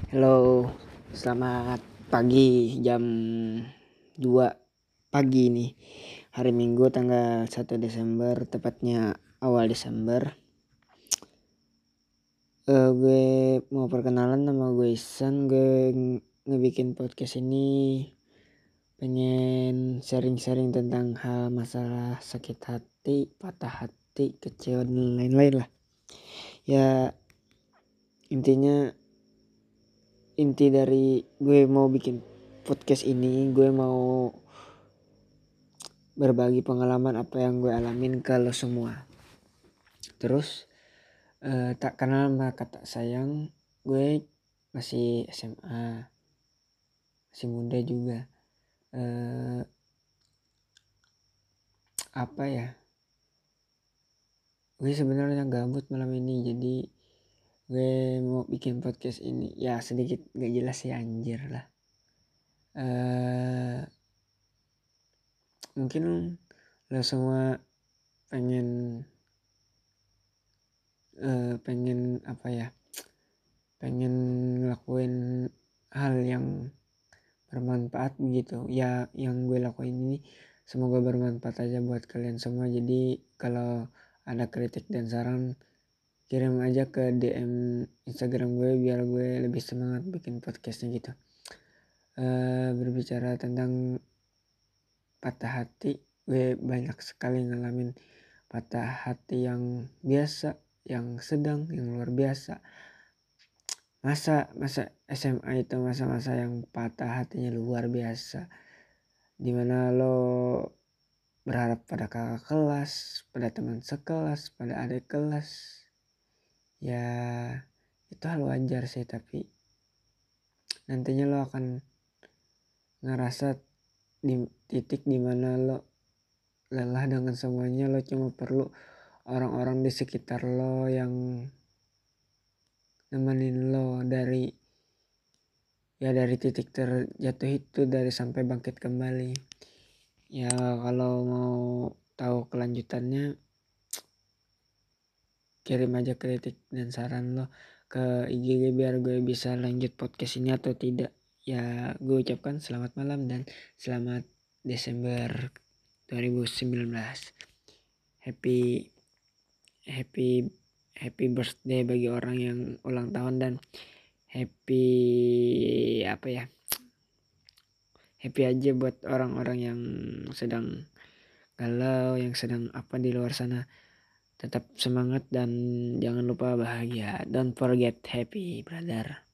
Halo, selamat pagi jam 2 pagi nih. Hari Minggu tanggal 1 Desember, tepatnya awal Desember. Gue mau perkenalan, nama gue Isan. Gue ngebikin podcast ini pengen sharing-sharing tentang hal masalah sakit hati, patah hati, kecewa dan lain-lain lah. Ya intinya inti dari gue mau bikin podcast ini, gue mau berbagi pengalaman apa yang gue alamin ke lo semua. Terus tak kenal maka tak sayang. Gue masih SMA, masih muda juga. Apa ya, gue sebenarnya gabut malam ini, jadi gue mau bikin podcast ini. Ya sedikit gak jelas ya, anjir lah. Mungkin lo semua pengen apa ya, pengen ngelakuin hal yang bermanfaat begitu ya. Yang gue lakuin ini semoga bermanfaat aja buat kalian semua. Jadi kalau ada kritik dan saran, kirim aja ke DM Instagram gue biar gue lebih semangat bikin podcastnya gitu. Berbicara tentang patah hati, gue banyak sekali ngalamin patah hati yang biasa, yang sedang, yang luar biasa. Masa SMA itu masa-masa yang patah hatinya luar biasa, dimana lo berharap pada kakak kelas, pada teman sekelas, pada adik kelas. Ya itu hal wajar sih, tapi nantinya lo akan ngerasa di titik dimana lo lelah dengan semuanya. Lo cuma perlu orang-orang di sekitar lo yang nemenin lo dari titik terjatuh itu, dari sampai bangkit kembali. Ya kalau mau tahu kelanjutannya, kirim aja kritik dan saran lo ke IG gue biar gue bisa lanjut podcast ini atau tidak. Ya gue ucapkan selamat malam dan selamat Desember 2019. Happy happy happy birthday bagi orang yang ulang tahun, dan happy apa ya, happy aja buat orang-orang yang sedang galau, yang sedang apa di luar sana. Tetap semangat dan jangan lupa bahagia. Don't forget happy, brother.